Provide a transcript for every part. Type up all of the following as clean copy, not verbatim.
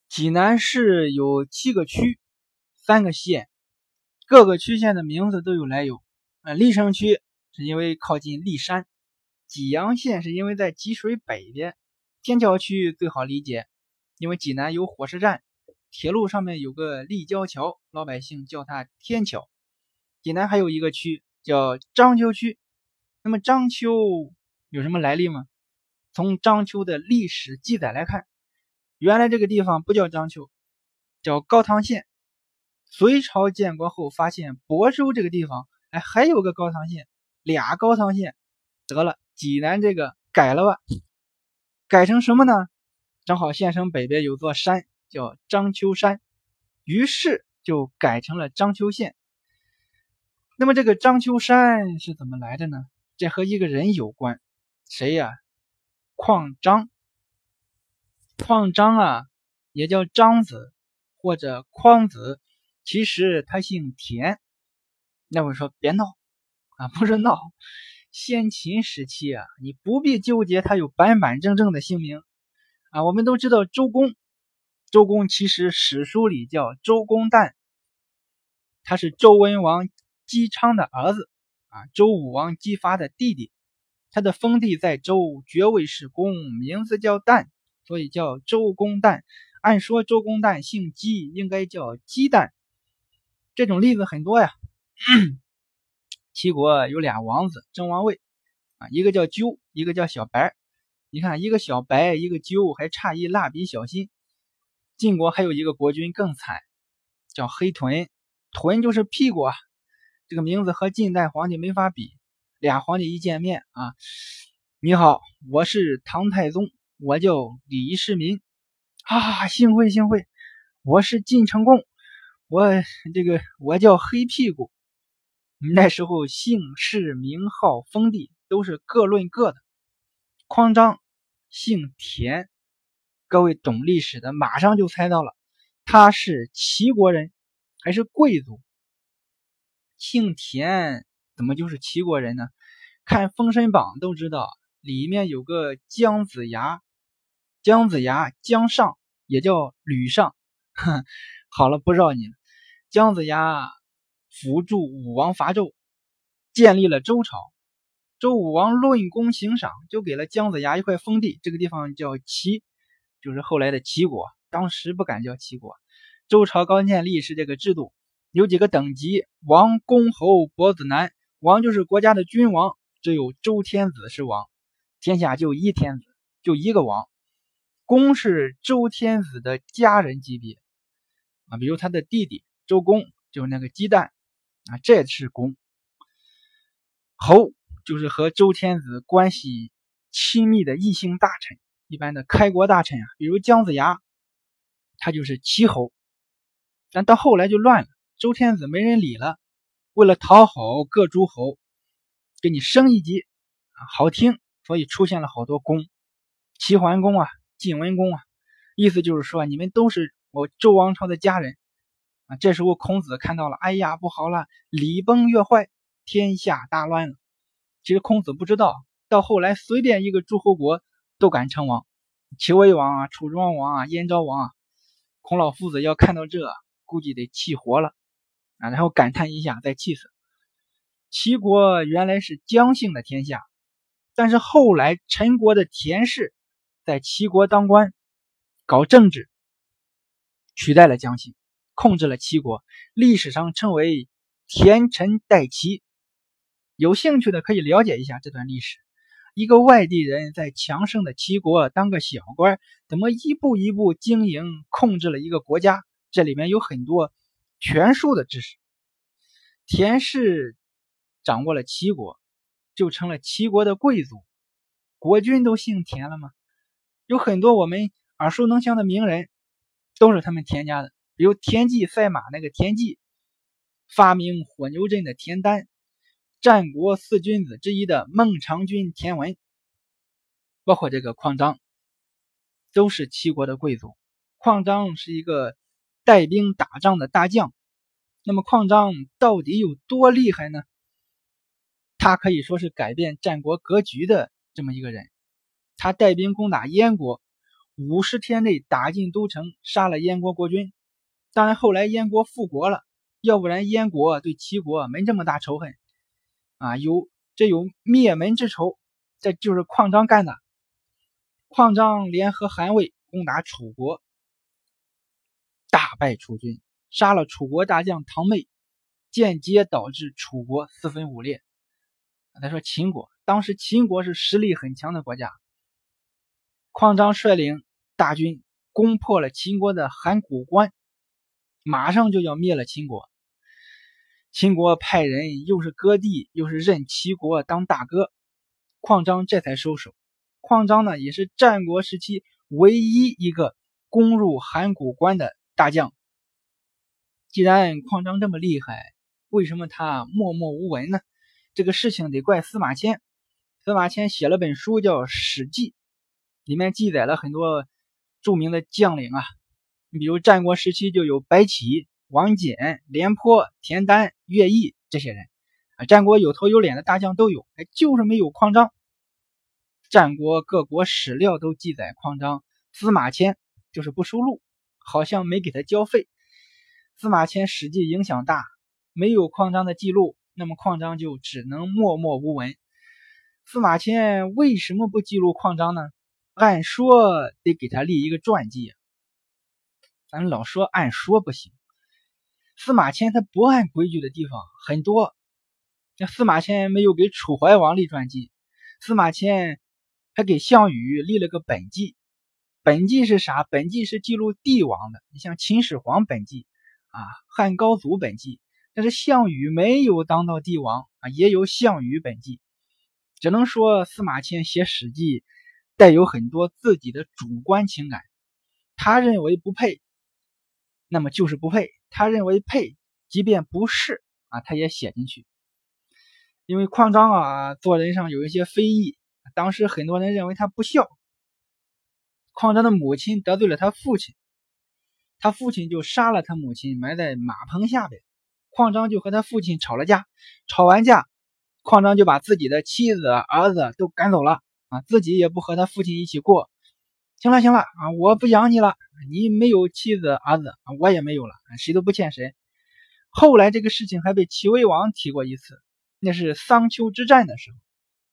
济南市有7个区，3个县，各个区县的名字都有来由。历城区是因为靠近历山，济阳县是因为在济水北边，天桥区最好理解，因为济南有火车站，铁路上面有个立交桥，老百姓叫它天桥。济南还有一个区叫章丘区，那么章丘有什么来历吗？从章丘的历史记载来看，原来这个地方不叫章丘，叫高唐县。隋朝建国后发现亳州这个地方，还有个高唐县，俩高唐县，得了，济南这个改了吧？改成什么呢？正好县城北边有座山叫章丘山，于是就改成了章丘县。那么这个章丘山是怎么来的呢？这和一个人有关，谁呀？况章。况章啊，也叫章子或者匡子，其实他姓田。那我说别闹啊，不是闹。先秦时期啊，你不必纠结他有板板正正的姓名啊。我们都知道周公，周公其实史书里叫周公旦，他是周文王姬昌的儿子啊，周武王姬发的弟弟。他的封地在周，爵位是公，名字叫旦，所以叫周公旦。按说周公旦姓姬，应该叫姬旦。这种例子很多呀。齐国有俩王子争王位啊，一个叫纠，一个叫小白。你看，一个小白，一个纠，还差一蜡笔小新。晋国还有一个国君更惨，叫黑豚，豚就是屁股啊。这个名字和晋代皇帝没法比。俩皇帝一见面啊，你好，我是唐太宗，我叫李世民啊，幸会，我是晋成公，我叫黑屁股。那时候姓氏名号封地都是各论各的。匡章姓田，各位懂历史的马上就猜到了，他是齐国人，还是贵族。姓田怎么就是齐国人呢？看《封神榜》都知道，里面有个姜子牙，姜尚也叫吕尚。好了，不绕你了。姜子牙辅助武王伐纣，建立了周朝。周武王论功行赏，就给了姜子牙一块封地，这个地方叫齐，就是后来的齐国。当时不敢叫齐国。周朝刚建立是这个制度，有几个等级：王、公、侯、伯子男。王就是国家的君王，只有周天子是王，天下就一天子，就一个王。公是周天子的家人级别啊，比如他的弟弟周公就是那个鸡蛋啊，这是公。侯就是和周天子关系亲密的异姓大臣，一般的开国大臣啊，比如姜子牙，他就是齐侯。但到后来就乱了，周天子没人理了，为了讨好各诸侯，给你升一级啊，好听，所以出现了好多公，齐桓公啊，晋文公啊，意思就是说你们都是我周王朝的家人啊。这时候孔子看到了，哎呀，不好了，礼崩乐坏，天下大乱了。其实孔子不知道，到后来随便一个诸侯国都敢称王，齐威王啊，楚庄王啊，燕昭王啊。孔老夫子要看到这，估计得气活了啊，然后感叹一下，再气死。齐国原来是姜姓的天下，但是后来陈国的田氏在齐国当官，搞政治，取代了姜姓，控制了齐国，历史上称为田陈代齐。有兴趣的可以了解一下这段历史。一个外地人在强盛的齐国当个小官，怎么一步一步经营控制了一个国家，这里面有很多权术的知识。田氏掌握了齐国，就成了齐国的贵族，国君都姓田了吗？有很多我们耳熟能详的名人都是他们田家的，比如田忌赛马那个田忌，发明火牛阵的田丹，战国四君子之一的孟尝君田文，包括这个匡章，都是齐国的贵族。匡章是一个带兵打仗的大将。那么匡章到底有多厉害呢？他可以说是改变战国格局的这么一个人。他带兵攻打燕国， 50天内打进都城，杀了燕国国君。当然后来燕国复国了，要不然燕国对齐国没这么大仇恨啊，有灭门之仇，这就是况章干的。况章联合韩魏攻打楚国，大败楚军，杀了楚国大将唐昧，间接导致楚国四分五裂。再说秦国，当时秦国是实力很强的国家，况章率领大军攻破了秦国的函谷关，马上就要灭了秦国。秦国派人又是割地，又是认齐国当大哥，况章这才收手。况章呢，也是战国时期唯一一个攻入函谷关的大将。既然况章这么厉害，为什么他默默无闻呢？这个事情得怪司马迁。司马迁写了本书叫《史记》，里面记载了很多著名的将领啊，你比如战国时期就有白起、王翦、廉颇、田丹、乐毅这些人啊，战国有头有脸的大将都有，就是没有况章。战国各国史料都记载况章，司马迁就是不收录，好像没给他交费。司马迁《史记》影响大，没有况章的记录，那么况章就只能默默无闻。司马迁为什么不记录况章呢？按说得给他立一个传记，咱们老说按说不行。司马迁他不按规矩的地方很多。那司马迁没有给楚怀王立传记，司马迁还给项羽立了个本纪。本纪是啥？本纪是记录帝王的，你像秦始皇本纪啊，汉高祖本纪，但是项羽没有当到帝王啊，也有项羽本纪。只能说司马迁写史记带有很多自己的主观情感，他认为不配，那么就是不配；他认为配，即便不是啊，他也写进去。因为况章啊，做人上有一些非议，当时很多人认为他不孝。况章的母亲得罪了他父亲，他父亲就杀了他母亲，埋在马棚下边。况章就和他父亲吵了架，吵完架，况章就把自己的妻子、儿子都赶走了啊，自己也不和他父亲一起过。行了啊，我不养你了，你没有妻子儿子，我也没有了，谁都不欠谁。后来这个事情还被齐威王提过一次，那是桑丘之战的时候。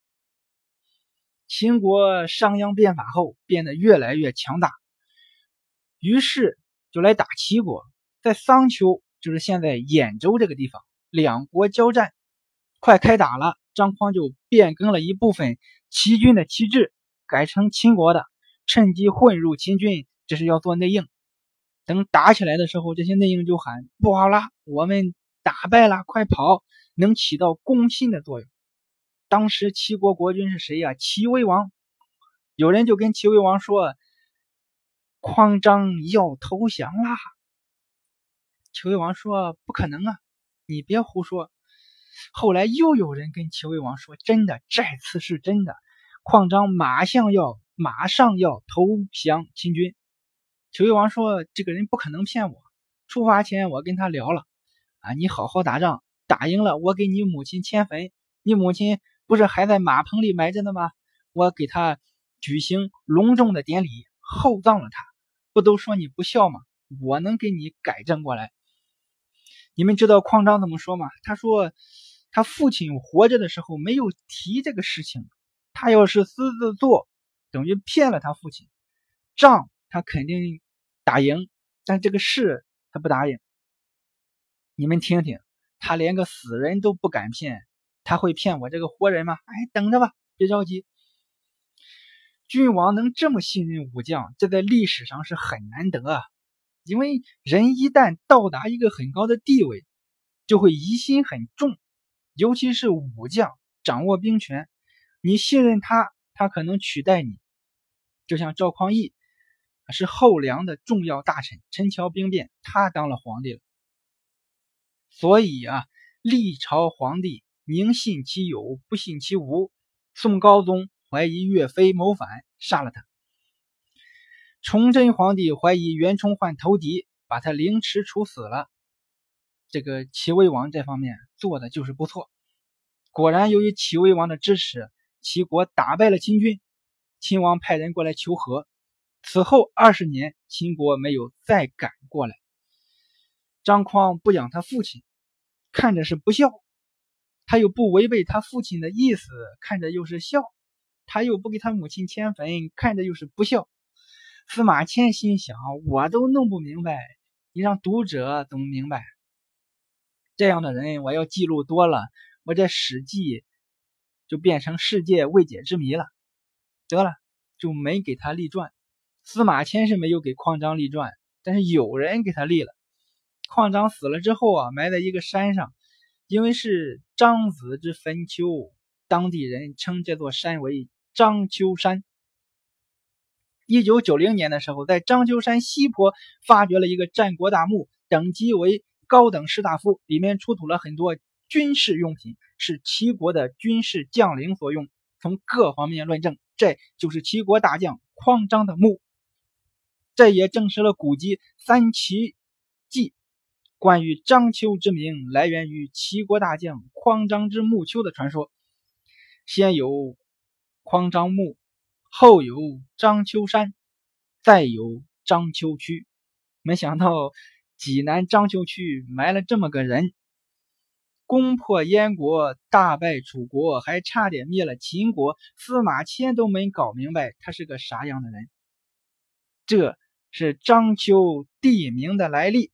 秦国商鞅变法后变得越来越强大，于是就来打齐国。在桑丘，就是现在兖州这个地方，两国交战，快开打了，张匡就变更了一部分齐军的旗帜，改成秦国的，趁机混入秦军，这是要做内应。等打起来的时候，这些内应就喊不好了，我们打败了，快跑，能起到攻心的作用。当时齐国国君是谁呀？齐威王。有人就跟齐威王说，况章要投降啦。齐威王说不可能啊，你别胡说。后来又有人跟齐威王说，真的，这次是真的，况章马上要投降秦军。齐威王说，这个人不可能骗我，出发前我跟他聊了啊，你好好打仗，打赢了我给你母亲迁坟，你母亲不是还在马棚里埋着呢吗？我给他举行隆重的典礼，厚葬了他。不都说你不孝吗？我能给你改正过来。你们知道况章怎么说吗？他说他父亲活着的时候没有提这个事情，他要是私自做，等于骗了他父亲。仗他肯定打赢，但这个事他不答应。你们听听，他连个死人都不敢骗，他会骗我这个活人吗？等着吧，别着急。君王能这么信任武将，这在历史上是很难得啊。因为人一旦到达一个很高的地位，就会疑心很重，尤其是武将掌握兵权，你信任他，他可能取代你。就像赵匡胤是后梁的重要大臣，陈桥兵变，他当了皇帝了。所以啊，历朝皇帝宁信其有，不信其无。宋高宗怀疑岳飞谋反，杀了他。崇祯皇帝怀疑袁崇焕投敌，把他凌迟处死了。这个齐威王这方面做的就是不错。果然由于齐威王的支持，齐国打败了秦军。秦王派人过来求和， 此后20年，秦国没有再赶过来。张匡不养他父亲，看着是不孝；他又不违背他父亲的意思，看着又是孝；他又不给他母亲迁坟，看着又是不孝。司马迁心想，我都弄不明白，你让读者怎么明白？这样的人我要记录多了，我这《史记》就变成世界未解之谜了。得了，就没给他立传。司马迁是没有给匡章立传，但是有人给他立了。匡章死了之后埋在一个山上，因为是张子之坟丘，当地人称这座山为章丘山。1990年的时候，在章丘山西坡发掘了一个战国大墓，等级为高等士大夫，里面出土了很多军事用品，是齐国的军事将领所用。从各方面论证，这就是齐国大将匡章的墓。这也证实了古籍《三齐记》关于章丘之名来源于齐国大将匡章之墓丘的传说。先有匡章墓，后有章丘山，再有章丘区。没想到济南章丘区埋了这么个人，攻破燕国，大败楚国，还差点灭了秦国，司马迁都没搞明白他是个啥样的人。这是章丘地名的来历。